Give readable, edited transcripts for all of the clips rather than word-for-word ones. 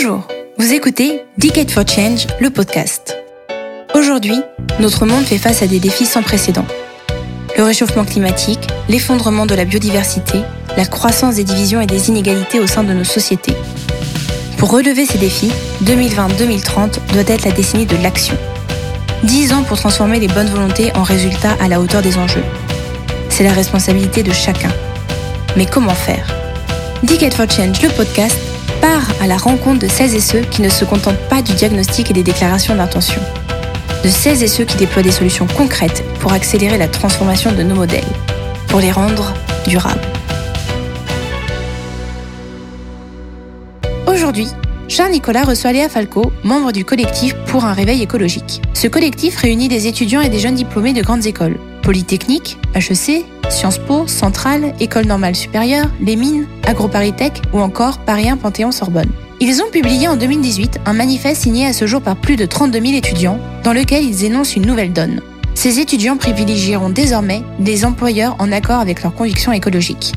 Bonjour, vous écoutez Decade for Change, le podcast. Aujourd'hui, notre monde fait face à des défis sans précédent. Le réchauffement climatique, l'effondrement de la biodiversité, la croissance des divisions et des inégalités au sein de nos sociétés. Pour relever ces défis, 2020-2030 doit être la décennie de l'action. 10 ans pour transformer les bonnes volontés en résultats à la hauteur des enjeux. C'est la responsabilité de chacun. Mais comment faire ? Decade for Change, le podcast, part à la rencontre de celles et ceux qui ne se contentent pas du diagnostic et des déclarations d'intention. De celles et ceux qui déploient des solutions concrètes pour accélérer la transformation de nos modèles, pour les rendre durables. Aujourd'hui, Charles-Nicolas reçoit Léa Falco, membre du collectif Pour un réveil écologique. Ce collectif réunit des étudiants et des jeunes diplômés de grandes écoles, Polytechnique, HEC, Sciences Po, Centrale, École normale supérieure, les Mines, AgroParisTech ou encore Paris 1 Panthéon-Sorbonne. Ils ont publié en 2018 un manifeste signé à ce jour par plus de 32 000 étudiants dans lequel ils énoncent une nouvelle donne. Ces étudiants privilégieront désormais des employeurs en accord avec leurs convictions écologiques.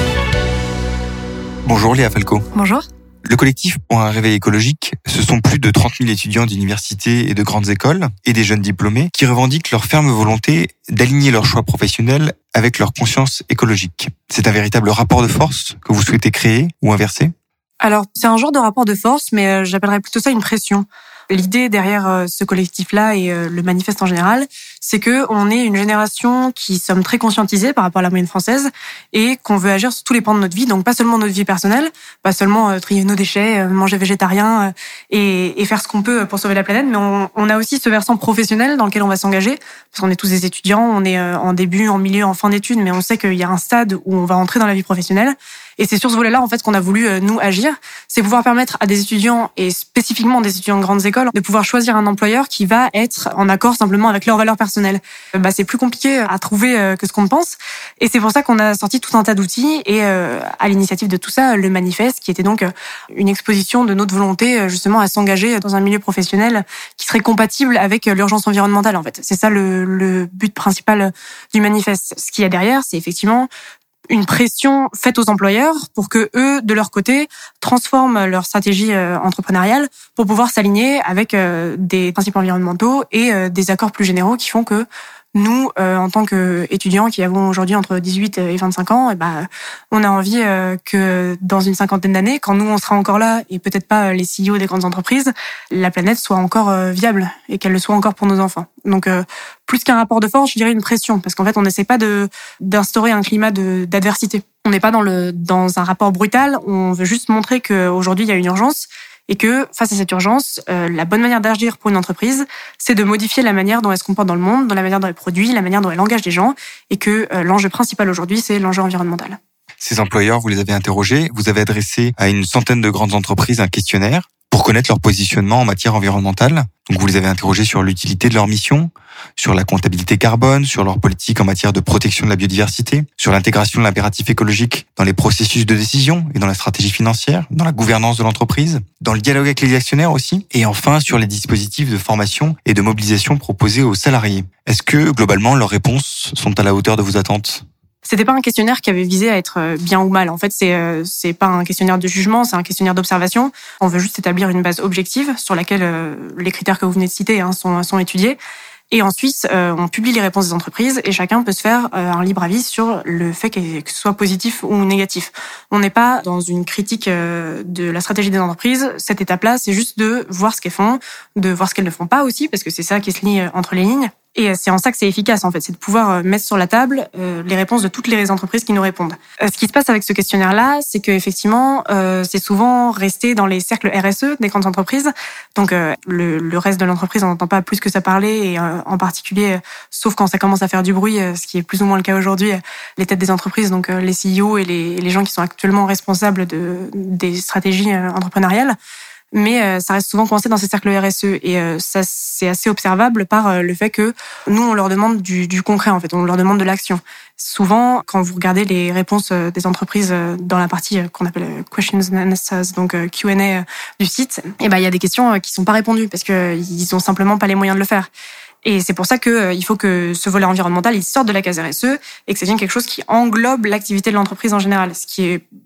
Bonjour Léa Falco. Bonjour. Le collectif Pour un réveil écologique, ce sont plus de 30 000 étudiants d'universités et de grandes écoles et des jeunes diplômés qui revendiquent leur ferme volonté d'aligner leurs choix professionnels avec leur conscience écologique. C'est un véritable rapport de force que vous souhaitez créer ou inverser ? Alors, c'est un genre de rapport de force, mais j'appellerais plutôt ça une pression. L'idée derrière ce collectif-là et le manifeste en général, c'est que on est une génération qui sommes très conscientisés par rapport à la moyenne française et qu'on veut agir sur tous les pans de notre vie, donc pas seulement notre vie personnelle, pas seulement trier nos déchets, manger végétarien et faire ce qu'on peut pour sauver la planète, mais on a aussi ce versant professionnel dans lequel on va s'engager, parce qu'on est tous des étudiants, on est en début, en milieu, en fin d'études, mais on sait qu'il y a un stade où on va entrer dans la vie professionnelle. Et c'est sur ce volet-là, en fait, qu'on a voulu, nous, agir. C'est pouvoir permettre à des étudiants, et spécifiquement des étudiants de grandes écoles, de pouvoir choisir un employeur qui va être en accord simplement avec leurs valeurs personnelles. C'est plus compliqué à trouver que ce qu'on pense. Et c'est pour ça qu'on a sorti tout un tas d'outils. Et à l'initiative de tout ça, le manifeste, qui était donc une exposition de notre volonté, justement, à s'engager dans un milieu professionnel qui serait compatible avec l'urgence environnementale, en fait. C'est ça le but principal du manifeste. Ce qu'il y a derrière, c'est effectivement une pression faite aux employeurs pour que eux, de leur côté, transforment leur stratégie entrepreneuriale pour pouvoir s'aligner avec des principes environnementaux et des accords plus généraux qui font que nous, en tant qu'étudiants qui avons aujourd'hui entre 18 et 25 ans, on a envie que dans une cinquantaine d'années, quand nous on sera encore là et peut-être pas les CEO des grandes entreprises, la planète soit encore viable et qu'elle le soit encore pour nos enfants. Donc plus qu'un rapport de force, je dirais une pression, parce qu'en fait on n'essaie pas d'instaurer un climat d'adversité. On n'est pas dans un rapport brutal, on veut juste montrer qu'aujourd'hui il y a une urgence. Et que, face à cette urgence, la bonne manière d'agir pour une entreprise, c'est de modifier la manière dont elle se comporte dans le monde, dans la manière dont elle produit, la manière dont elle engage des gens, et que l'enjeu principal aujourd'hui, c'est l'enjeu environnemental. Ces employeurs, vous les avez interrogés, vous avez adressé à une centaine de grandes entreprises un questionnaire pour connaître leur positionnement en matière environnementale. Donc vous les avez interrogés sur l'utilité de leur mission, sur la comptabilité carbone, sur leur politique en matière de protection de la biodiversité, sur l'intégration de l'impératif écologique dans les processus de décision et dans la stratégie financière, dans la gouvernance de l'entreprise, dans le dialogue avec les actionnaires aussi, et enfin sur les dispositifs de formation et de mobilisation proposés aux salariés. Est-ce que, globalement, leurs réponses sont à la hauteur de vos attentes ? C'était pas un questionnaire qui avait visé à être bien ou mal. En fait, c'est pas un questionnaire de jugement, c'est un questionnaire d'observation. On veut juste établir une base objective sur laquelle les critères que vous venez de citer sont étudiés. Et ensuite, on publie les réponses des entreprises et chacun peut se faire un libre avis sur le fait que ce soit positif ou négatif. On n'est pas dans une critique de la stratégie des entreprises. Cette étape-là, c'est juste de voir ce qu'elles font, de voir ce qu'elles ne font pas aussi, parce que c'est ça qui se lit entre les lignes. Et c'est en ça que c'est efficace, en fait. C'est de pouvoir mettre sur la table les réponses de toutes les entreprises qui nous répondent. Ce qui se passe avec ce questionnaire-là, c'est qu'effectivement, c'est souvent resté dans les cercles RSE des grandes entreprises. Donc, le reste de l'entreprise, on n'entend pas plus que ça parler. Et en particulier, sauf quand ça commence à faire du bruit, ce qui est plus ou moins le cas aujourd'hui, les têtes des entreprises, donc les CEO et les gens qui sont actuellement responsables des stratégies entrepreneuriales. Mais ça reste souvent coincé dans ces cercles RSE. Et ça, c'est assez observable par le fait que nous, on leur demande du concret, en fait. On leur demande de l'action. Souvent, quand vous regardez les réponses des entreprises dans la partie qu'on appelle Questions and Answers, donc Q&A du site, il y a des questions qui sont pas répondues parce qu'ils ont simplement pas les moyens de le faire. Et c'est pour ça qu'il faut que ce volet environnemental il sorte de la case RSE et que ça devienne quelque chose qui englobe l'activité de l'entreprise en général, ce qui est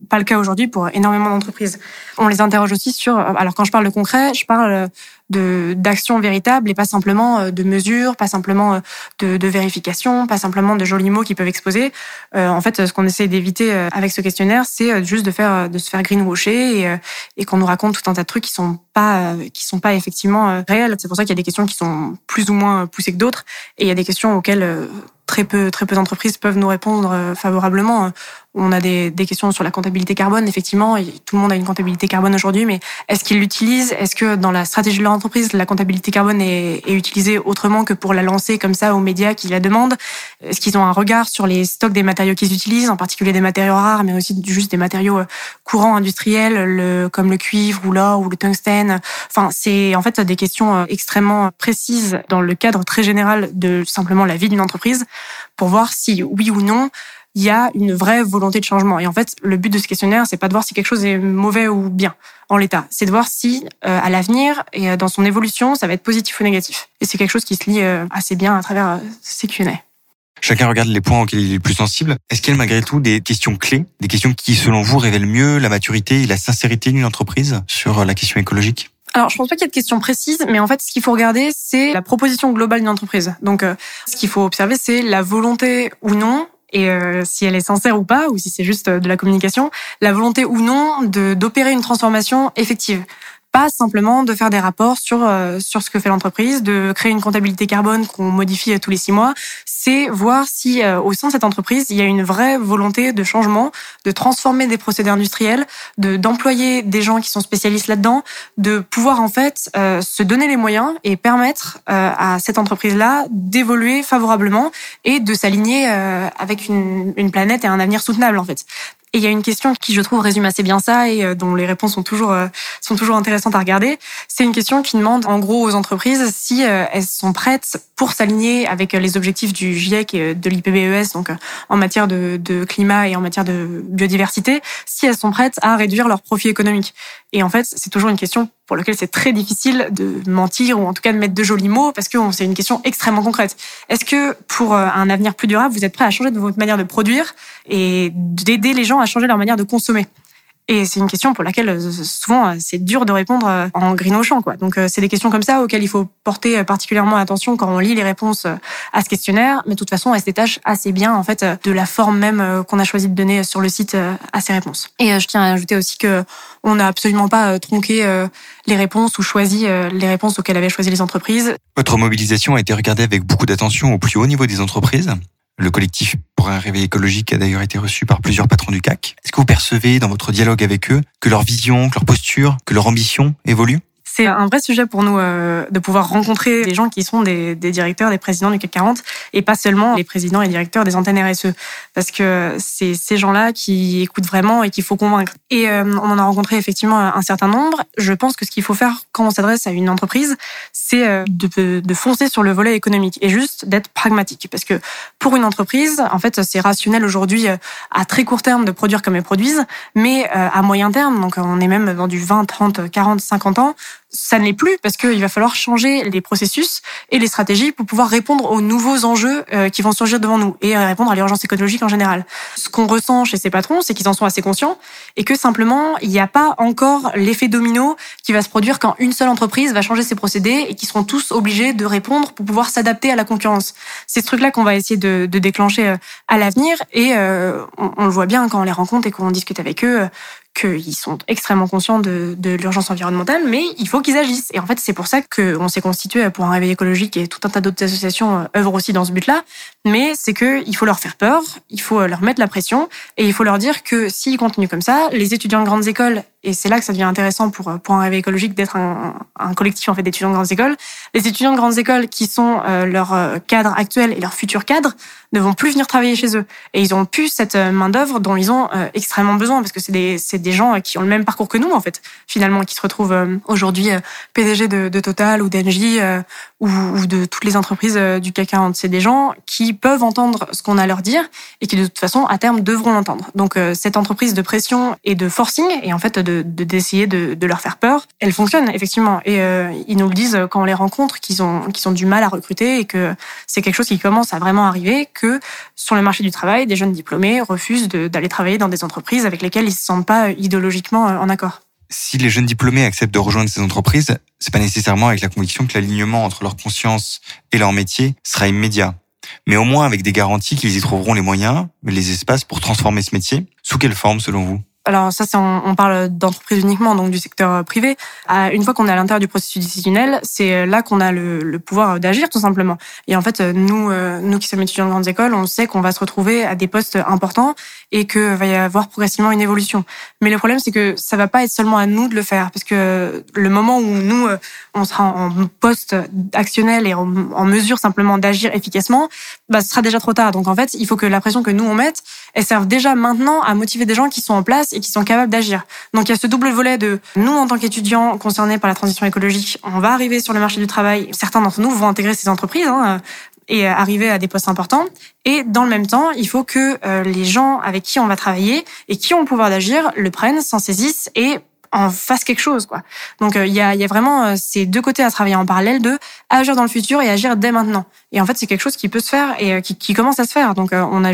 pas le cas aujourd'hui pour énormément d'entreprises. On les interroge aussi sur, alors quand je parle de concret, je parle d'actions véritables et pas simplement de mesures, pas simplement de vérifications, pas simplement de jolis mots qui peuvent exposer. En fait, ce qu'on essaie d'éviter avec ce questionnaire, c'est juste de se faire greenwasher et qu'on nous raconte tout un tas de trucs qui sont pas effectivement réels. C'est pour ça qu'il y a des questions qui sont plus ou moins poussées que d'autres et il y a des questions auxquelles très peu d'entreprises peuvent nous répondre favorablement. On a des questions sur la comptabilité carbone, effectivement, et tout le monde a une comptabilité carbone aujourd'hui, mais est-ce qu'ils l'utilisent? Est-ce que dans la stratégie de leur entreprise, la comptabilité carbone est utilisée autrement que pour la lancer comme ça aux médias qui la demandent? Est-ce qu'ils ont un regard sur les stocks des matériaux qu'ils utilisent, en particulier des matériaux rares, mais aussi juste des matériaux courants industriels, comme le cuivre ou l'or ou le tungstène? Enfin, c'est en fait des questions extrêmement précises dans le cadre très général de simplement la vie d'une entreprise pour voir si, oui ou non, il y a une vraie volonté de changement. Et en fait, le but de ce questionnaire, c'est pas de voir si quelque chose est mauvais ou bien en l'état. C'est de voir si, à l'avenir et dans son évolution, ça va être positif ou négatif. Et c'est quelque chose qui se lit assez bien à travers ces Q&A. Chacun regarde les points auxquels il est le plus sensible. Est-ce qu'il y a malgré tout des questions clés, des questions qui, selon vous, révèlent mieux la maturité et la sincérité d'une entreprise sur la question écologique? Alors, je pense pas qu'il y ait de questions précises, mais en fait, ce qu'il faut regarder, c'est la proposition globale d'une entreprise. Donc, ce qu'il faut observer, c'est la volonté ou non, et si elle est sincère ou pas, ou si c'est juste de la communication, la volonté ou non d'opérer une transformation effective. Pas simplement de faire des rapports sur ce que fait l'entreprise, de créer une comptabilité carbone qu'on modifie tous les 6 mois. C'est voir si au sein de cette entreprise, il y a une vraie volonté de changement, de transformer des procédés industriels, d'employer des gens qui sont spécialistes là-dedans, de pouvoir en fait se donner les moyens et permettre à cette entreprise-là d'évoluer favorablement et de s'aligner avec une planète et un avenir soutenable en fait. Et il y a une question qui, je trouve, résume assez bien ça et dont les réponses sont toujours intéressantes à regarder. C'est une question qui demande, en gros, aux entreprises si elles sont prêtes pour s'aligner avec les objectifs du GIEC et de l'IPBES, donc en matière de climat et en matière de biodiversité, si elles sont prêtes à réduire leur profit économique. Et en fait, c'est toujours une question pour laquelle c'est très difficile de mentir ou en tout cas de mettre de jolis mots parce que c'est une question extrêmement concrète. Est-ce que pour un avenir plus durable, vous êtes prêt à changer de votre manière de produire et d'aider les gens à changer leur manière de consommer? Et c'est une question pour laquelle souvent c'est dur de répondre en greenwashant, quoi. Donc c'est des questions comme ça auxquelles il faut porter particulièrement attention quand on lit les réponses à ce questionnaire. Mais de toute façon, elles se détachent assez bien en fait de la forme même qu'on a choisi de donner sur le site à ces réponses. Et je tiens à ajouter aussi que on n'a absolument pas tronqué les réponses ou choisi les réponses auxquelles avaient choisi les entreprises. Votre mobilisation a été regardée avec beaucoup d'attention au plus haut niveau des entreprises. Le collectif pour un réveil écologique a d'ailleurs été reçu par plusieurs patrons du CAC. Est-ce que vous percevez dans votre dialogue avec eux que leur vision, que leur posture, que leur ambition évolue? C'est un vrai sujet pour nous de pouvoir rencontrer des gens qui sont des directeurs, des présidents du CAC 40 et pas seulement les présidents et directeurs des antennes RSE. Parce que c'est ces gens-là qui écoutent vraiment et qu'il faut convaincre. Et on en a rencontré effectivement un certain nombre. Je pense que ce qu'il faut faire quand on s'adresse à une entreprise, c'est de foncer sur le volet économique et juste d'être pragmatique. Parce que pour une entreprise, en fait, c'est rationnel aujourd'hui à très court terme de produire comme elles produisent, mais à moyen terme, donc on est même dans du 20, 30, 40, 50 ans, ça ne l'est plus parce qu'il va falloir changer les processus et les stratégies pour pouvoir répondre aux nouveaux enjeux qui vont surgir devant nous et répondre à l'urgence écologique en général. Ce qu'on ressent chez ces patrons, c'est qu'ils en sont assez conscients et que simplement, il n'y a pas encore l'effet domino qui va se produire quand une seule entreprise va changer ses procédés et qui seront tous obligés de répondre pour pouvoir s'adapter à la concurrence. C'est ce truc-là qu'on va essayer de déclencher à l'avenir et on le voit bien quand on les rencontre et qu'on discute avec eux, qu'ils sont extrêmement conscients de l'urgence environnementale, mais il faut qu'ils agissent. Et en fait, c'est pour ça qu'on s'est constitué pour un réveil écologique et tout un tas d'autres associations œuvrent aussi dans ce but-là. Mais c'est qu'il faut leur faire peur, il faut leur mettre la pression et il faut leur dire que s'ils continuent comme ça, les étudiants de grandes écoles, et c'est là que ça devient intéressant pour un réveil écologique d'être un collectif en fait d'étudiants de grandes écoles, les étudiants de grandes écoles qui sont leurs cadres actuels et leurs futurs cadres ne vont plus venir travailler chez eux. Et ils ont plus cette main-d'œuvre dont ils ont extrêmement besoin parce que c'est des gens qui ont le même parcours que nous, en fait, finalement, qui se retrouvent aujourd'hui PDG de Total ou d'Engie ou de toutes les entreprises du CAC 40. C'est des gens qui peuvent entendre ce qu'on a à leur dire et qui de toute façon à terme devront l'entendre. Donc cette entreprise de pression et de forcing et en fait d'essayer de leur faire peur, elle fonctionne effectivement et ils nous le disent quand on les rencontre qu'ils ont du mal à recruter et que c'est quelque chose qui commence à vraiment arriver, que sur le marché du travail, des jeunes diplômés refusent d'aller travailler dans des entreprises avec lesquelles ils se sentent pas idéologiquement en accord. Si les jeunes diplômés acceptent de rejoindre ces entreprises, c'est pas nécessairement avec la conviction que l'alignement entre leur conscience et leur métier sera immédiat, mais au moins avec des garanties qu'ils y trouveront les moyens, les espaces pour transformer ce métier. Sous quelle forme, selon vous ? Alors ça, on parle d'entreprise uniquement, donc du secteur privé. Une fois qu'on est à l'intérieur du processus décisionnel, c'est là qu'on a le pouvoir d'agir, tout simplement. Et en fait, nous qui sommes étudiants de grandes écoles, on sait qu'on va se retrouver à des postes importants et que va y avoir progressivement une évolution. Mais le problème, c'est que ça va pas être seulement à nous de le faire, parce que le moment où nous, on sera en poste actionnel et en mesure simplement d'agir efficacement, ce sera déjà trop tard. Donc en fait, il faut que la pression que nous on mette, elle serve déjà maintenant à motiver des gens qui sont en place et qui sont capables d'agir. Donc il y a ce double volet de nous en tant qu'étudiants concernés par la transition écologique, on va arriver sur le marché du travail, certains d'entre nous vont intégrer ces entreprises et arriver à des postes importants. Et dans le même temps, il faut que les gens avec qui on va travailler et qui ont le pouvoir d'agir le prennent, s'en saisissent et en fassent quelque chose, quoi. Donc il y a vraiment ces deux côtés à travailler en parallèle de agir dans le futur et agir dès maintenant. Et en fait, c'est quelque chose qui peut se faire et qui commence à se faire. Donc on a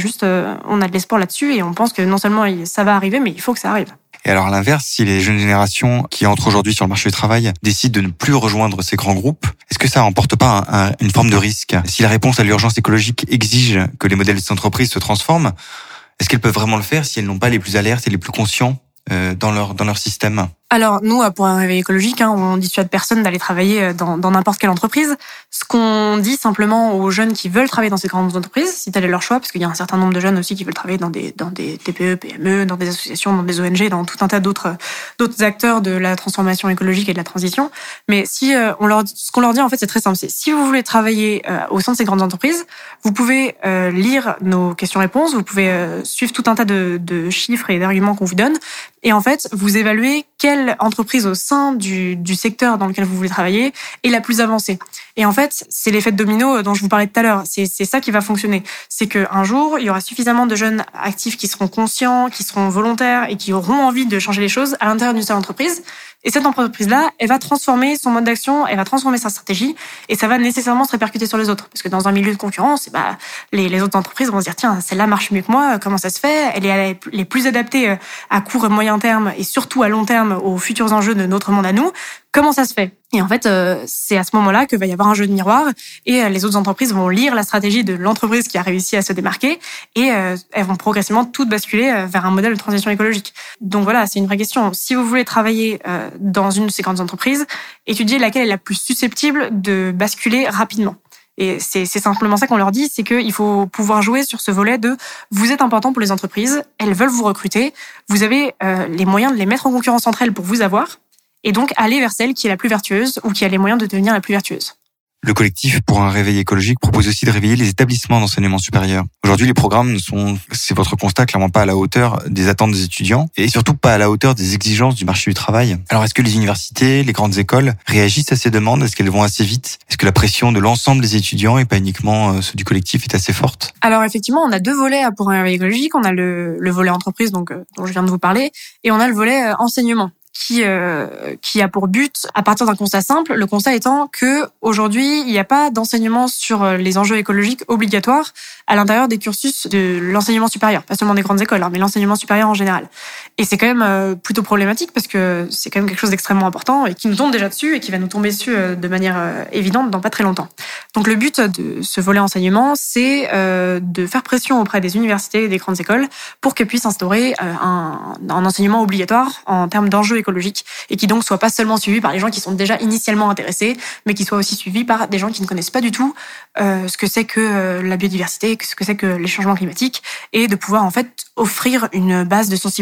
de l'espoir là-dessus et on pense que non seulement ça va arriver, mais il faut que ça arrive. Et alors à l'inverse, si les jeunes générations qui entrent aujourd'hui sur le marché du travail décident de ne plus rejoindre ces grands groupes, est-ce que ça n'emporte pas une forme de risque ? Si la réponse à l'urgence écologique exige que les modèles des entreprises se transforment, est-ce qu'elles peuvent vraiment le faire si elles n'ont pas les plus alertes et les plus conscients dans leur système ? Alors nous, pour un réveil écologique, on dissuade personne d'aller travailler dans n'importe quelle entreprise. Ce qu'on dit simplement aux jeunes qui veulent travailler dans ces grandes entreprises, si tel est leur choix, parce qu'il y a un certain nombre de jeunes aussi qui veulent travailler dans des TPE, PME, dans des associations, dans des ONG, dans tout un tas d'autres acteurs de la transformation écologique et de la transition. Mais ce qu'on leur dit en fait, c'est très simple. C'est si vous voulez travailler au sein de ces grandes entreprises, vous pouvez lire nos questions-réponses, vous pouvez suivre tout un tas de chiffres et d'arguments qu'on vous donne, et en fait, vous évaluez quelle entreprise au sein du secteur dans lequel vous voulez travailler est la plus avancée. Et en fait, c'est l'effet de domino dont je vous parlais tout à l'heure. C'est ça qui va fonctionner. C'est qu'un jour, il y aura suffisamment de jeunes actifs qui seront conscients, qui seront volontaires et qui auront envie de changer les choses à l'intérieur d'une seule entreprise. Et cette entreprise-là, elle va transformer son mode d'action, elle va transformer sa stratégie, et ça va nécessairement se répercuter sur les autres. Parce que dans un milieu de concurrence, les autres entreprises vont se dire, tiens, celle-là marche mieux que moi, comment ça se fait ? Elle est les plus adaptée à court et moyen terme, et surtout à long terme aux futurs enjeux de notre monde à nous. Comment ça se fait ? Et en fait, c'est à ce moment-là que va y avoir un jeu de miroir, et les autres entreprises vont lire la stratégie de l'entreprise qui a réussi à se démarquer, et elles vont progressivement toutes basculer vers un modèle de transition écologique. Donc voilà, c'est une vraie question. Si vous voulez travailler dans une de ces grandes entreprises, étudiez laquelle est la plus susceptible de basculer rapidement. Et c'est simplement ça qu'on leur dit, c'est qu'il faut pouvoir jouer sur ce volet de vous êtes important pour les entreprises, elles veulent vous recruter, vous avez les moyens de les mettre en concurrence entre elles pour vous avoir, et donc aller vers celle qui est la plus vertueuse ou qui a les moyens de devenir la plus vertueuse. Le collectif pour un réveil écologique propose aussi de réveiller les établissements d'enseignement supérieur. Aujourd'hui, les programmes ne sont, c'est votre constat, clairement pas à la hauteur des attentes des étudiants et surtout pas à la hauteur des exigences du marché du travail. Alors, est-ce que les universités, les grandes écoles réagissent à ces demandes ? Est-ce qu'elles vont assez vite ? Est-ce que la pression de l'ensemble des étudiants et pas uniquement ceux du collectif est assez forte ? Alors effectivement, on a deux volets pour un réveil écologique. On a le volet entreprise, dont je viens de vous parler, et on a le volet enseignement. Qui a pour but, à partir d'un constat simple, le constat étant que aujourd'hui, il n'y a pas d'enseignement sur les enjeux écologiques obligatoires à l'intérieur des cursus de l'enseignement supérieur, pas seulement des grandes écoles, mais l'enseignement supérieur en général. Et c'est quand même plutôt problématique parce que c'est quand même quelque chose d'extrêmement important et qui nous tombe déjà dessus et qui va nous tomber dessus de manière évidente dans pas très longtemps. Donc le but de ce volet enseignement, c'est de faire pression auprès des universités et des grandes écoles pour qu'elles puissent instaurer un enseignement obligatoire en termes d'enjeux écologiques et qui donc soit pas seulement suivi par les gens qui sont déjà initialement intéressés, mais qui soit aussi suivi par des gens qui ne connaissent pas du tout ce que c'est que la biodiversité, ce que c'est que les changements climatiques, et de pouvoir en fait offrir une base de sensibilisation à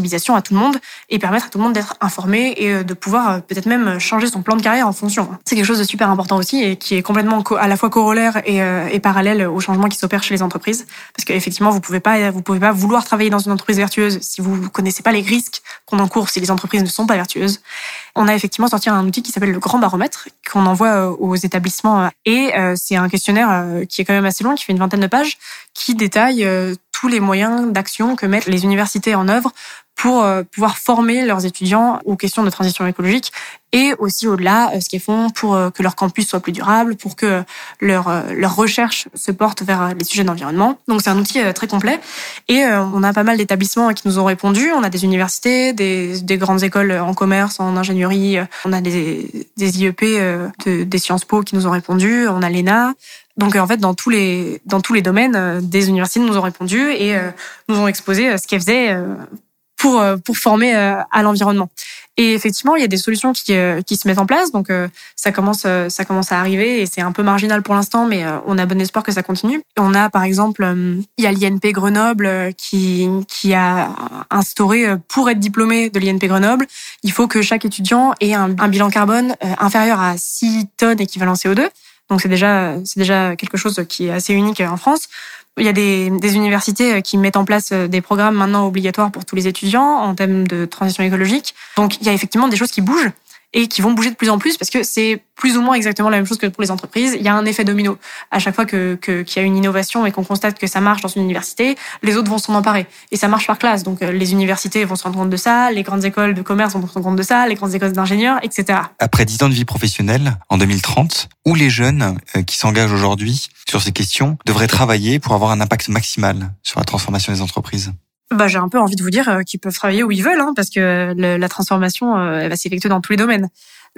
tout le monde et permettre à tout le monde d'être informé et de pouvoir peut-être même changer son plan de carrière en fonction. C'est quelque chose de super important aussi et qui est complètement à la fois corollaire et parallèle aux changements qui s'opèrent chez les entreprises. Parce qu'effectivement, vous pouvez pas vouloir travailler dans une entreprise vertueuse si vous connaissez pas les risques qu'on encourt si les entreprises ne sont pas vertueuses. On a effectivement sorti un outil qui s'appelle le Grand Baromètre qu'on envoie aux établissements et c'est un questionnaire qui est quand même assez long, qui fait une 20aine de pages, qui détaille tous les moyens d'action que mettent les universités en œuvre pour pouvoir former leurs étudiants aux questions de transition écologique et aussi au-delà ce qu'ils font pour que leur campus soit plus durable, pour que leur recherche se porte vers les sujets d'environnement. Donc c'est un outil très complet et on a pas mal d'établissements qui nous ont répondu. On a des universités, des grandes écoles en commerce, en ingénierie, on a des IEP, des Sciences Po qui nous ont répondu, on a l'ENA. Donc en fait dans tous les domaines, des universités nous ont répondu et nous ont exposé ce qu'elles faisaient pour former à l'environnement. Et effectivement, il y a des solutions qui se mettent en place, donc ça commence à arriver et c'est un peu marginal pour l'instant, mais on a bon espoir que ça continue. On a par exemple, il y a l'INP Grenoble qui a instauré, pour être diplômé de l'INP Grenoble, il faut que chaque étudiant ait un bilan carbone inférieur à 6 tonnes équivalent CO2. Donc c'est déjà quelque chose qui est assez unique en France. Il y a des universités qui mettent en place des programmes maintenant obligatoires pour tous les étudiants en termes de transition écologique. Donc il y a effectivement des choses qui bougent et qui vont bouger de plus en plus parce que c'est plus ou moins exactement la même chose que pour les entreprises. Il y a un effet domino. À chaque fois qu'il y a une innovation et qu'on constate que ça marche dans une université, les autres vont s'en emparer. Et ça marche par classe. Donc les universités vont se rendre compte de ça, les grandes écoles de commerce vont se rendre compte de ça, les grandes écoles d'ingénieurs, etc. Après 10 ans de vie professionnelle, en 2030, où les jeunes qui s'engagent aujourd'hui sur ces questions devraient travailler pour avoir un impact maximal sur la transformation des entreprises? J'ai un peu envie de vous dire qu'ils peuvent travailler où ils veulent, parce que la transformation, elle va s'effectuer dans tous les domaines.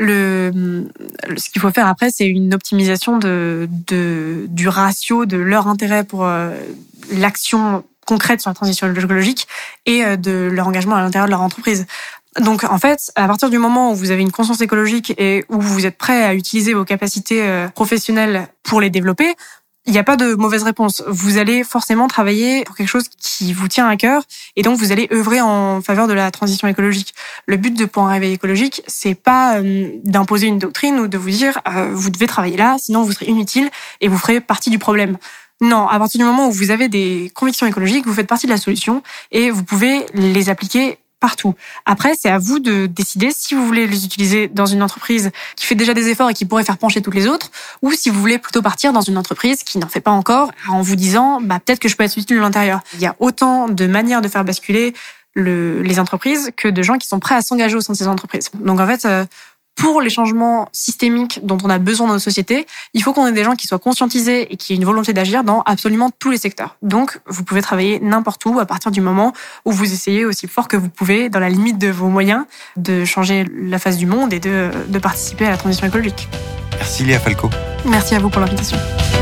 Ce qu'il faut faire après, c'est une optimisation du ratio de leur intérêt pour l'action concrète sur la transition écologique et de leur engagement à l'intérieur de leur entreprise. Donc, en fait, à partir du moment où vous avez une conscience écologique et où vous êtes prêt à utiliser vos capacités professionnelles pour les développer, il n'y a pas de mauvaise réponse. Vous allez forcément travailler pour quelque chose qui vous tient à cœur et donc vous allez œuvrer en faveur de la transition écologique. Le but de Pour un réveil écologique, c'est pas d'imposer une doctrine ou de vous dire vous devez travailler là, sinon vous serez inutile et vous ferez partie du problème. Non, à partir du moment où vous avez des convictions écologiques, vous faites partie de la solution et vous pouvez les appliquer partout. Après, c'est à vous de décider si vous voulez les utiliser dans une entreprise qui fait déjà des efforts et qui pourrait faire pencher toutes les autres, ou si vous voulez plutôt partir dans une entreprise qui n'en fait pas encore, en vous disant peut-être que je peux être utile de l'intérieur. Il y a autant de manières de faire basculer les entreprises que de gens qui sont prêts à s'engager au sein de ces entreprises. Donc en fait, pour les changements systémiques dont on a besoin dans nos sociétés, il faut qu'on ait des gens qui soient conscientisés et qui aient une volonté d'agir dans absolument tous les secteurs. Donc, vous pouvez travailler n'importe où à partir du moment où vous essayez aussi fort que vous pouvez, dans la limite de vos moyens, de changer la face du monde et de participer à la transition écologique. Merci Léa Falco. Merci à vous pour l'invitation.